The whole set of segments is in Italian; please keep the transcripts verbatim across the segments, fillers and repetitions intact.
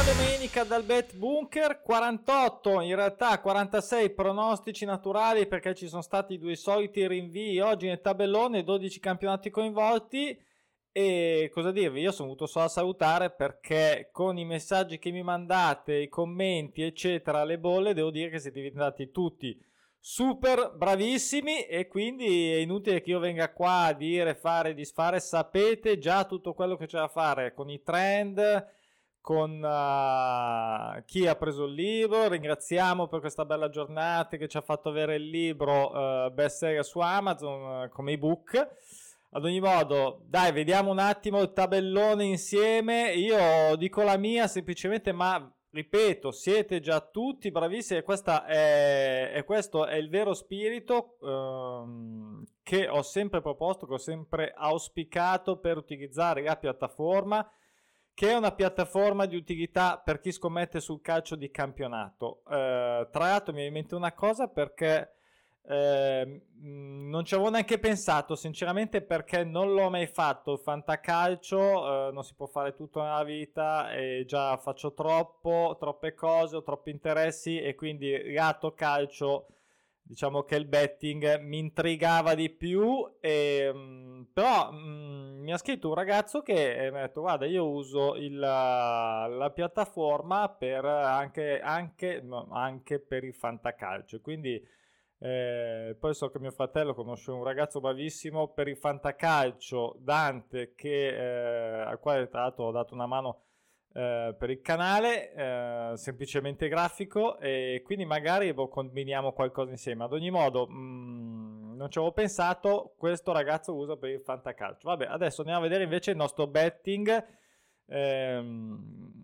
domenica dal Bet Bunker, quarantotto, in realtà quarantasei pronostici naturali perché ci sono stati i due soliti rinvii oggi nel tabellone, dodici campionati coinvolti. E cosa dirvi? Io sono venuto solo a salutare perché con i messaggi che mi mandate, i commenti eccetera, le bolle, devo dire che siete diventati tutti super bravissimi e quindi è inutile che io venga qua a dire, fare, disfare. Sapete già tutto quello che c'è da fare con i trend, con uh, chi ha preso il libro. Ringraziamo per questa bella giornata che ci ha fatto avere il libro uh, bestseller su Amazon uh, come ebook. Ad ogni modo, dai, vediamo un attimo il tabellone insieme. Io dico la mia semplicemente, ma ripeto, siete già tutti bravissimi e, questa è, e questo è il vero spirito um, che ho sempre proposto, che ho sempre auspicato per utilizzare la piattaforma, che è una piattaforma di utilità per chi scommette sul calcio di campionato. Uh, tra l'altro mi viene in mente una cosa, perché Eh, non ci avevo neanche pensato sinceramente, perché non l'ho mai fatto il fantacalcio. Eh, non si può fare tutto nella vita e già faccio troppo troppe cose, ho troppi interessi, e quindi lato calcio diciamo che il betting mi intrigava di più. E, mh, però mh, mi ha scritto un ragazzo che eh, mi ha detto: guarda, io uso il, la, la piattaforma per anche, anche, no, anche per il fantacalcio, quindi Eh, poi so che mio fratello conosce un ragazzo bravissimo per il fantacalcio, Dante, che, eh, al quale tra l'altro ho dato una mano eh, per il canale, eh, semplicemente grafico, e quindi magari boh, combiniamo qualcosa insieme. Ad ogni modo mh, non ci avevo pensato, questo ragazzo usa per il fantacalcio. Vabbè, adesso andiamo a vedere invece il nostro betting. ehm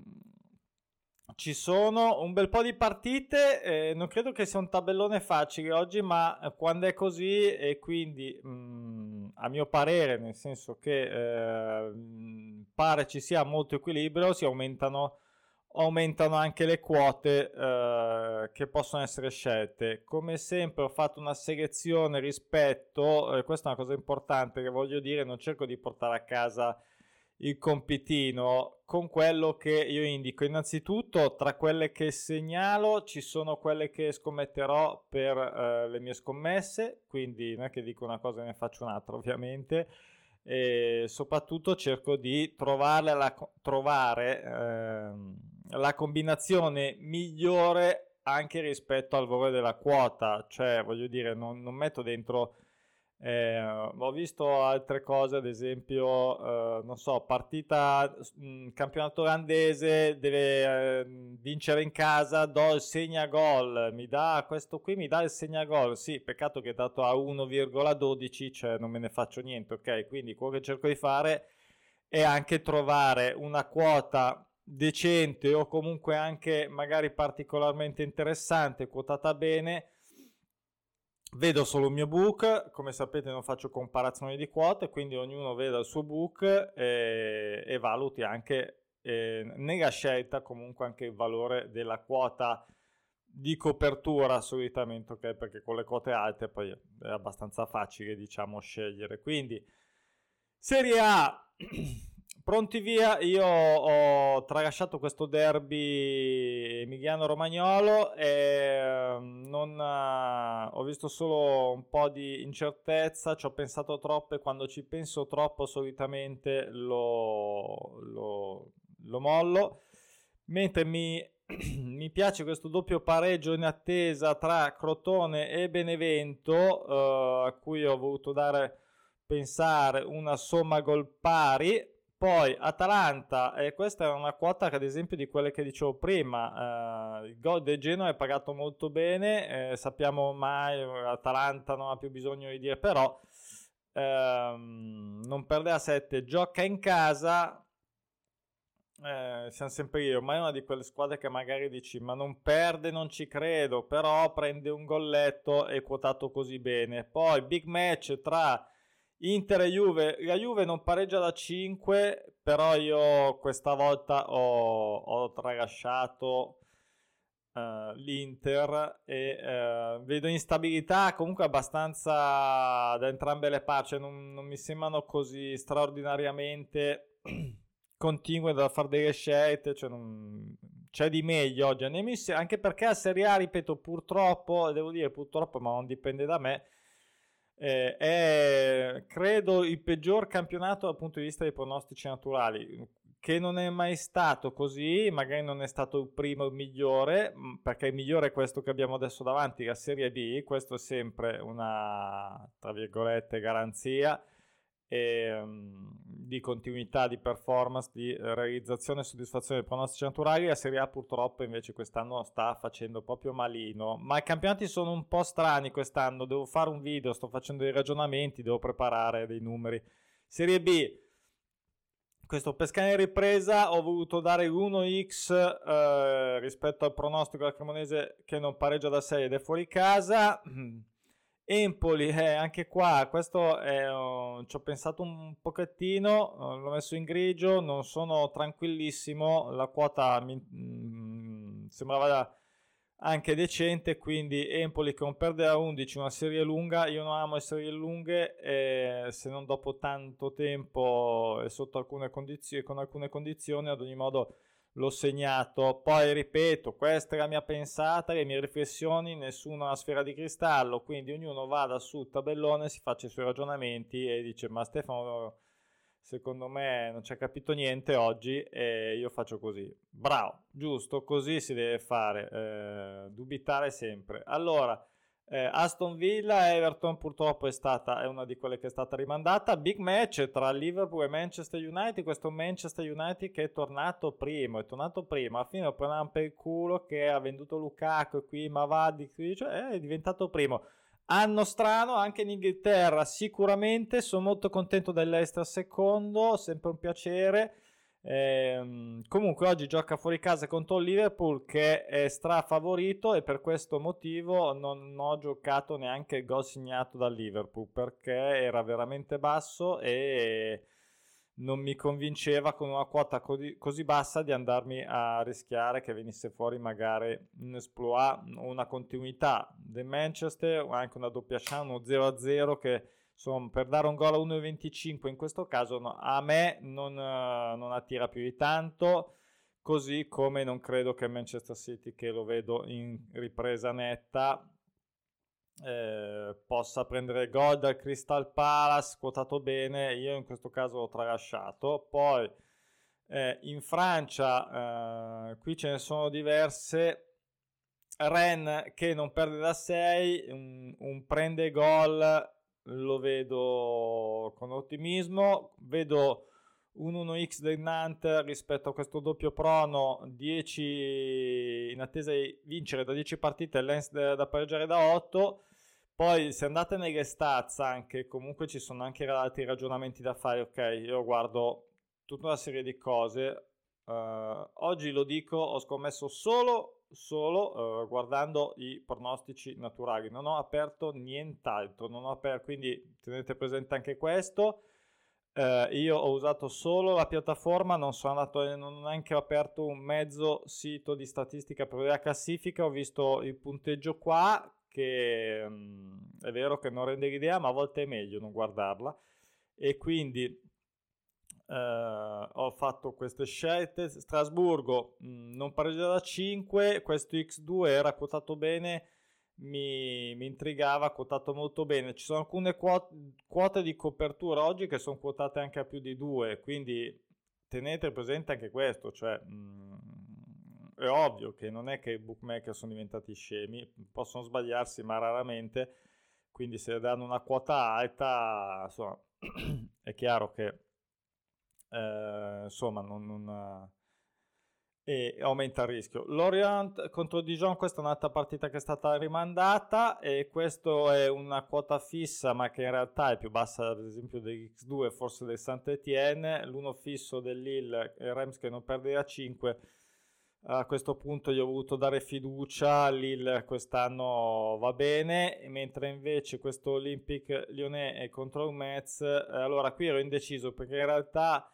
Ci sono un bel po' di partite, eh, non credo che sia un tabellone facile oggi, ma quando è così, e quindi mh, a mio parere, nel senso che eh, pare ci sia molto equilibrio, si aumentano, aumentano anche le quote eh, che possono essere scelte. Come sempre ho fatto una selezione rispetto, eh, questa è una cosa importante che voglio dire, non cerco di portare a casa il compitino con quello che io indico. Innanzitutto, tra quelle che segnalo ci sono quelle che scommetterò per eh, le mie scommesse, quindi non è che dico una cosa e ne faccio un'altra ovviamente, e soprattutto cerco di trovare la, trovare, ehm, la combinazione migliore anche rispetto al valore della quota. Cioè, voglio dire, non, non metto dentro Eh, ho visto altre cose, ad esempio, eh, non so, partita, mh, campionato olandese, deve eh, vincere in casa, do il segna gol, mi dà questo qui, mi dà il segna gol. Sì, peccato che è dato a uno virgola dodici, cioè non me ne faccio niente, ok? Quindi quello che cerco di fare è anche trovare una quota decente, o comunque anche magari particolarmente interessante, quotata bene. Vedo solo il mio book, come sapete non faccio comparazioni di quote, quindi ognuno veda il suo book e, e valuti anche eh, nella scelta comunque anche il valore della quota di copertura solitamente, ok? Perché con le quote alte poi è abbastanza facile, diciamo, scegliere. Quindi Serie A, pronti via. Io ho tralasciato questo derby emiliano-romagnolo e non, eh, ho visto solo un po' di incertezza, ci ho pensato troppo, e quando ci penso troppo solitamente lo, lo, lo mollo. Mentre mi, mi piace questo doppio pareggio in attesa tra Crotone e Benevento, eh, a cui ho voluto dare pensare una somma gol pari. Poi Atalanta, e questa è una quota che ad esempio di quelle che dicevo prima, eh, il gol del Genoa è pagato molto bene, eh, sappiamo ormai Atalanta non ha più bisogno di dire, però ehm, non perde a sette, gioca in casa, eh, siamo sempre io, ma è una di quelle squadre che magari dici ma non perde, non ci credo, però prende un golletto e quotato così bene. Poi big match tra Inter e Juve, la Juve non pareggia da cinque, però io questa volta ho, ho tralasciato uh, l'Inter e uh, vedo instabilità comunque abbastanza da entrambe le parti, cioè non, non mi sembrano così straordinariamente continui a fare delle scelte, cioè non... c'è di meglio oggi a Nemis, anche perché a Serie A, ripeto, purtroppo, devo dire purtroppo, ma non dipende da me, eh, è credo il peggior campionato dal punto di vista dei pronostici naturali, che non è mai stato così, magari non è stato il primo il migliore, perché il migliore è questo che abbiamo adesso davanti, la Serie B, questo è sempre una, tra virgolette, garanzia e, um, di continuità, di performance, di realizzazione e soddisfazione dei pronostici naturali. La Serie A purtroppo invece quest'anno sta facendo proprio malino, ma i campionati sono un po' strani quest'anno, devo fare un video, sto facendo dei ragionamenti, devo preparare dei numeri. Serie B, questo pescare in ripresa, ho voluto dare l'uno x eh, rispetto al pronostico della Cremonese che non pareggia da sei ed è fuori casa. Empoli, eh, anche qua, questo è, uh, ci ho pensato un pochettino, uh, l'ho messo in grigio, non sono tranquillissimo, la quota mi mm, sembrava anche decente, quindi Empoli che non perde a undici, una serie lunga, io non amo le serie lunghe, e se non dopo tanto tempo e sotto alcune condizioni, con alcune condizioni, ad ogni modo l'ho segnato. Poi ripeto, questa è la mia pensata, le mie riflessioni, nessuna sfera di cristallo, quindi ognuno vada sul tabellone, si faccia i suoi ragionamenti e dice ma Stefano secondo me non ci ha capito niente oggi e io faccio così. Bravo, giusto, così si deve fare, eh, dubitare sempre. Allora, eh, Aston Villa Everton purtroppo è stata è una di quelle che è stata rimandata. Big match tra Liverpool e Manchester United, questo Manchester United che è tornato primo, è tornato primo, alla fine lo prendevano per il culo che ha venduto Lukaku e qui Mavadi, cioè è diventato primo. Anno strano anche in Inghilterra, sicuramente sono molto contento dell'Leicester secondo, sempre un piacere. Ehm, comunque oggi gioca fuori casa contro il Liverpool che è strafavorito e per questo motivo non ho giocato neanche il gol segnato dal Liverpool perché era veramente basso e non mi convinceva con una quota così, così bassa di andarmi a rischiare che venisse fuori magari un exploit o una continuità del Manchester o anche una doppia chance, uno zero a zero che insomma per dare un gol a uno virgola venticinque in questo caso no, a me non, uh, non attira più di tanto, così come non credo che Manchester City, che lo vedo in ripresa netta, eh, possa prendere gol dal Crystal Palace quotato bene. Io in questo caso l'ho tralasciato. Poi eh, in Francia eh, qui ce ne sono diverse. Rennes che non perde da sei, un, un prende gol lo vedo con ottimismo, vedo un uno x del Nantes rispetto a questo doppio prono, dieci in attesa di vincere da dieci partite, Lens da pareggiare da otto. Poi se andate nelle stats anche, comunque ci sono anche altri ragionamenti da fare. Ok, io guardo tutta una serie di cose. Uh, oggi lo dico, ho scommesso solo, solo uh, guardando i pronostici naturali. Non ho aperto nient'altro, non ho aperto, quindi tenete presente anche questo. Uh, io ho usato solo la piattaforma, non sono andato, non ho neanche aperto un mezzo sito di statistica per vedere la classifica. Ho visto il punteggio qua, che um, è vero che non rende l'idea, ma a volte è meglio non guardarla. E quindi Uh, ho fatto queste scelte. Strasburgo mh, non pareggia da cinque, questo x due era quotato bene, mi, mi intrigava, quotato molto bene. Ci sono alcune quote, quote di copertura oggi che sono quotate anche a più di due, quindi tenete presente anche questo, cioè mh, è ovvio che non è che i bookmaker sono diventati scemi, possono sbagliarsi ma raramente, quindi se danno una quota alta insomma è chiaro che Eh, insomma non, non e aumenta il rischio. Lorient contro Dijon, questa è un'altra partita che è stata rimandata e questo è una quota fissa ma che in realtà è più bassa ad esempio dell'X due, forse del Saint-Étienne. L'uno fisso del Lille, il Reims che non perde a cinque. A questo punto gli ho voluto dare fiducia, Lille quest'anno va bene, mentre invece questo Olympique Lyonnais è contro il Metz, allora qui ero indeciso perché in realtà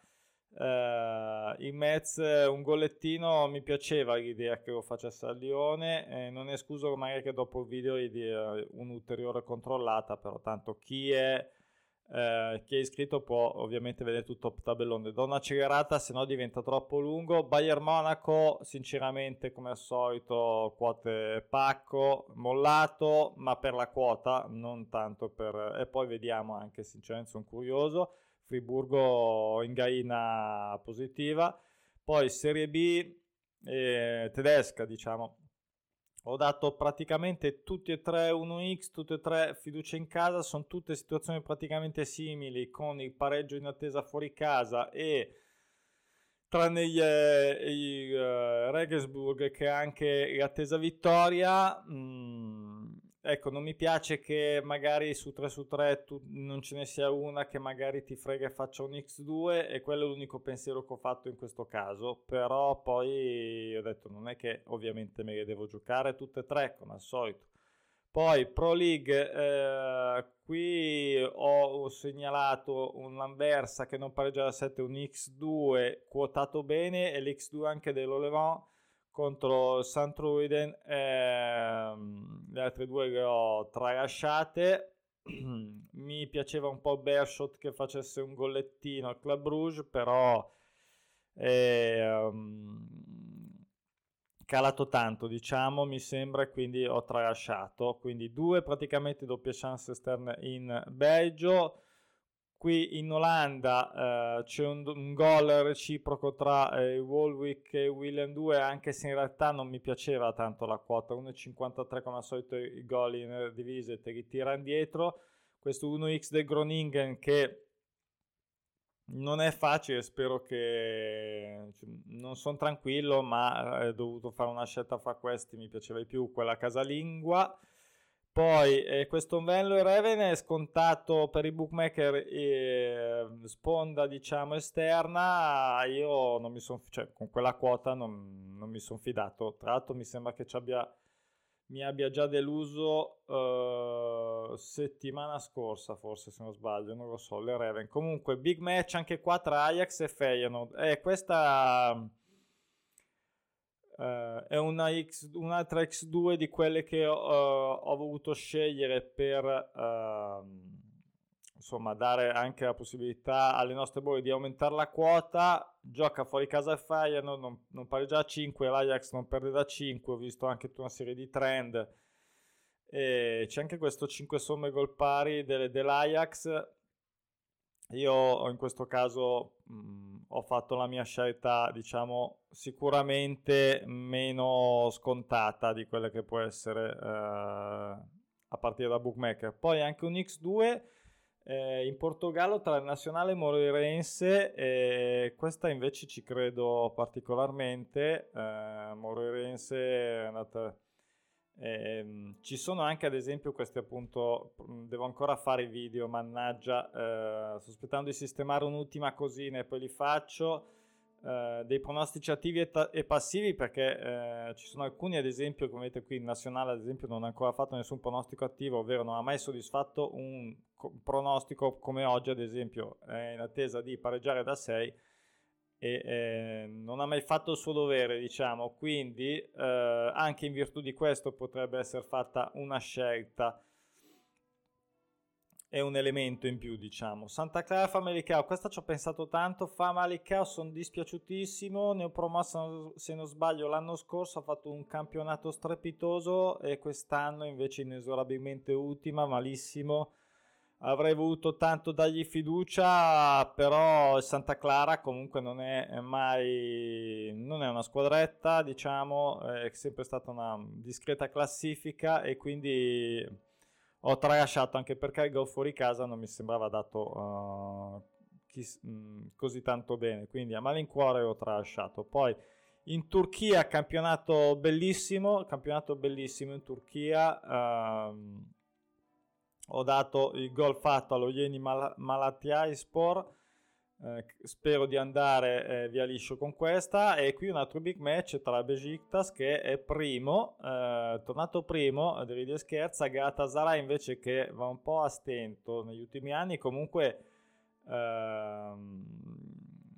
Uh, in Metz un gollettino mi piaceva l'idea che lo facesse a Lione, eh, non è escluso magari che dopo il video gli dia un'ulteriore controllata, però tanto chi è Eh, chi è iscritto può ovviamente vedere tutto il tabellone. Do un'accelerata, se no diventa troppo lungo. Bayern Monaco, sinceramente, come al solito, quote pacco, mollato, ma per la quota, non tanto per... E poi vediamo anche, sinceramente, sono curioso. Friburgo in gaina positiva. Poi Serie B eh, tedesca, diciamo. Ho dato praticamente tutti e tre uno x, tutte e tre fiducia in casa, sono tutte situazioni praticamente simili, con il pareggio in attesa fuori casa e tranne gli, eh, i, uh, Regensburg che ha anche l'attesa vittoria. mh, ecco, non mi piace che magari su tre su tre tu, non ce ne sia una che magari ti frega e faccia un x due, e quello è l'unico pensiero che ho fatto in questo caso. Però poi ho detto, non è che ovviamente me le devo giocare tutte e tre come al solito. Poi Pro League, eh, qui ho segnalato un Lanversa che non pareggia da sette, un x due quotato bene, e l'x due anche dello Levant contro Santruiden. Ehm, le altre due le ho tralasciate. Mi piaceva un po' Bershot che facesse un gollettino al Club Brugge, però ehm, calato tanto, diciamo, mi sembra, e quindi ho tralasciato. Quindi due praticamente doppie chance esterne in Belgio. Qui in Olanda eh, c'è un, un gol reciproco tra eh, Wolwick e Willem due, anche se in realtà non mi piaceva tanto la quota. uno virgola cinquantatré come al solito i gol in divise te li tira indietro. Questo uno x del Groningen che non è facile, spero che... cioè, non sono tranquillo, ma ho dovuto fare una scelta fra questi, mi piaceva di più quella casalingua. Poi eh, questo Venlo e Reven è scontato per i bookmaker, eh, sponda diciamo esterna. Io non mi sono, cioè con quella quota non, non mi sono fidato. Tra l'altro mi sembra che ci abbia, mi abbia già deluso eh, settimana scorsa, forse se non sbaglio, non lo so, le Reven. Comunque big match anche qua tra Ajax e Feyenoord. Eh, questa... Uh, è una X, un'altra x due di quelle che uh, ho voluto scegliere per uh, insomma dare anche la possibilità alle nostre bolle di aumentare la quota. Gioca fuori casa il Feyenoord, non, non pareggia a cinque, l'Ajax non perde da cinque. Ho visto anche tutta una serie di trend e c'è anche questo cinque somme gol pari delle, dell'Ajax. Io in questo caso mh, ho fatto la mia scelta, diciamo, sicuramente meno scontata di quella che può essere eh, a partire da bookmaker. Poi anche un x due eh, in Portogallo tra il Nazionale e Moreirense, e questa invece ci credo particolarmente. eh, Moreirense è andata... Eh, ci sono anche ad esempio questi, appunto, devo ancora fare i video, mannaggia, eh, sto aspettando di sistemare un'ultima cosina e poi li faccio, eh, dei pronostici attivi e, ta- e passivi, perché eh, ci sono alcuni, ad esempio, come vedete qui in Nazionale ad esempio non ha ancora fatto nessun pronostico attivo, ovvero non ha mai soddisfatto un co- pronostico, come oggi ad esempio è in attesa di pareggiare da sei e eh, non ha mai fatto il suo dovere, diciamo. Quindi eh, anche in virtù di questo potrebbe essere fatta una scelta e un elemento in più, diciamo. Santa Clara Famalicão, questa ci ho pensato tanto. Famalicão sono dispiaciutissimo, ne ho promosso, se non sbaglio, l'anno scorso, ha fatto un campionato strepitoso e quest'anno invece inesorabilmente ultima, malissimo. Avrei voluto tanto dargli fiducia, però Santa Clara comunque non è mai, non è una squadretta, diciamo, è sempre stata una discreta classifica, e quindi ho tralasciato, anche perché il gol fuori casa non mi sembrava dato uh, chi, mh, così tanto bene, quindi a malincuore ho tralasciato. Poi in Turchia, campionato bellissimo, campionato bellissimo in Turchia. Uh, ho dato il gol fatto allo Yeni Mal- Malatyaspor, eh, spero di andare eh, via liscio con questa. E qui un altro big match tra Besiktas, che è primo, eh, tornato primo, a dire scherza, Galatasaray invece che va un po' a stento negli ultimi anni, comunque ehm,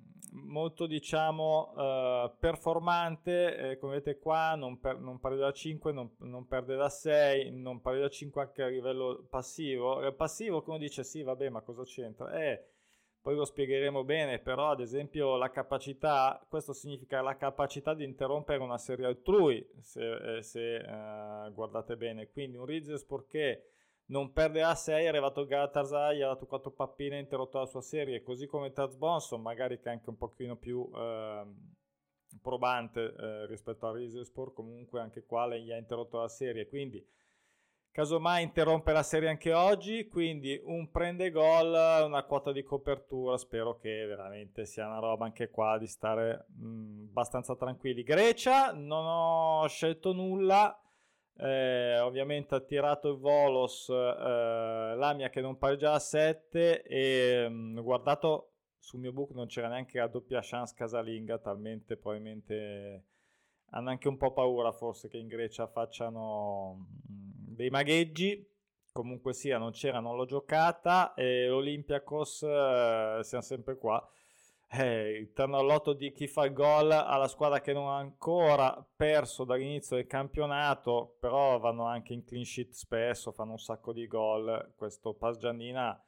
molto diciamo uh, performante, eh, come vedete qua non, per, non perde da cinque, non, non perde da sei, non perde da cinque anche a livello passivo. Il passivo, come dice, sì vabbè, ma cosa c'entra? Eh, poi lo spiegheremo bene, però ad esempio la capacità, questo significa la capacità di interrompere una serie altrui, se, eh, se uh, guardate bene. Quindi un Rizespor che non perde a sei, è arrivato Galatasaray, ha dato quattro pappine e ha interrotto la sua serie, così come Trabzonspor, magari che è anche un pochino più eh, probante eh, rispetto a Rizespor, comunque anche qua gli ha interrotto la serie, quindi casomai interrompe la serie anche oggi, quindi un prende gol, una quota di copertura, spero che veramente sia una roba anche qua di stare mh, abbastanza tranquilli. Grecia, non ho scelto nulla. Eh, ovviamente ha tirato il Volos, eh, Lamia che non pareggia a sette e mh, guardato sul mio book non c'era neanche la doppia chance casalinga, talmente probabilmente hanno anche un po' paura forse che in Grecia facciano mh, dei magheggi. Comunque sia, non c'era, non l'ho giocata, e l'Olympiakos eh, siamo sempre qua. Eh, il turno all'otto di chi fa il gol alla squadra che non ha ancora perso dall'inizio del campionato, però vanno anche in clean sheet spesso, fanno un sacco di gol. Questo Pasgianina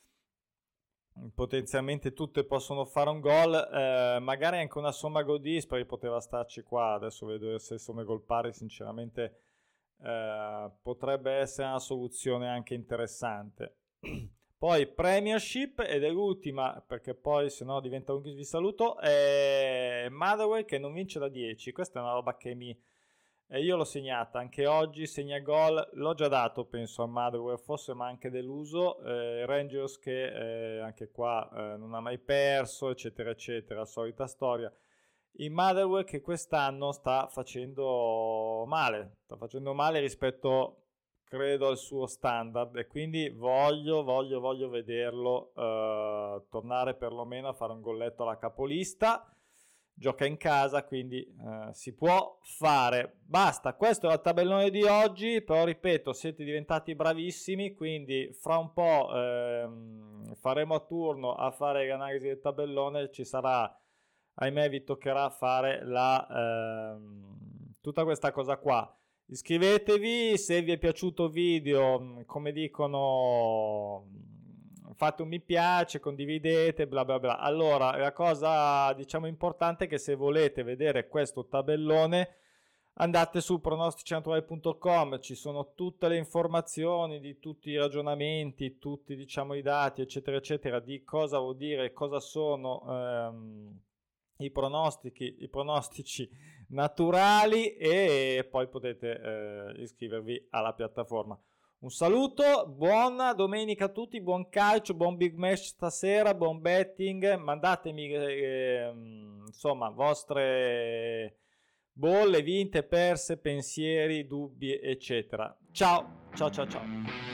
potenzialmente tutte possono fare un gol, eh, magari anche una somma gol dispari poteva starci qua. Adesso vedo se somme gol pari, sinceramente eh, potrebbe essere una soluzione anche interessante. Poi Premiership, ed è l'ultima perché poi se no diventa un vi saluto, è Motherwell che non vince da dieci. Questa è una roba che mi eh, io l'ho segnata anche oggi, segna gol, l'ho già dato penso a Motherwell, forse ma anche deluso. eh, Rangers che eh, anche qua eh, non ha mai perso, eccetera eccetera, solita storia. Il Motherwell che quest'anno sta facendo male, sta facendo male rispetto credo al suo standard, e quindi voglio voglio voglio vederlo uh, tornare perlomeno a fare un golletto alla capolista. Gioca in casa, quindi uh, si può fare. Basta, questo è il tabellone di oggi, però ripeto, siete diventati bravissimi, quindi fra un po' ehm, faremo a turno a fare l'analisi del tabellone. Ci sarà, ahimè vi toccherà fare la ehm, tutta questa cosa qua. Iscrivetevi, se vi è piaciuto il video, come dicono, fate un mi piace, condividete, bla bla bla. Allora, la cosa diciamo importante è che se volete vedere questo tabellone andate su pronostici naturali punto com, ci sono tutte le informazioni di tutti i ragionamenti, tutti diciamo i dati eccetera eccetera di cosa vuol dire, cosa sono ehm, i pronostici, i pronostici naturali, e poi potete eh, iscrivervi alla piattaforma. Un saluto, buona domenica a tutti, buon calcio, buon big match stasera, buon betting, mandatemi eh, insomma vostre bolle, vinte, perse, pensieri, dubbi eccetera. Ciao ciao ciao ciao.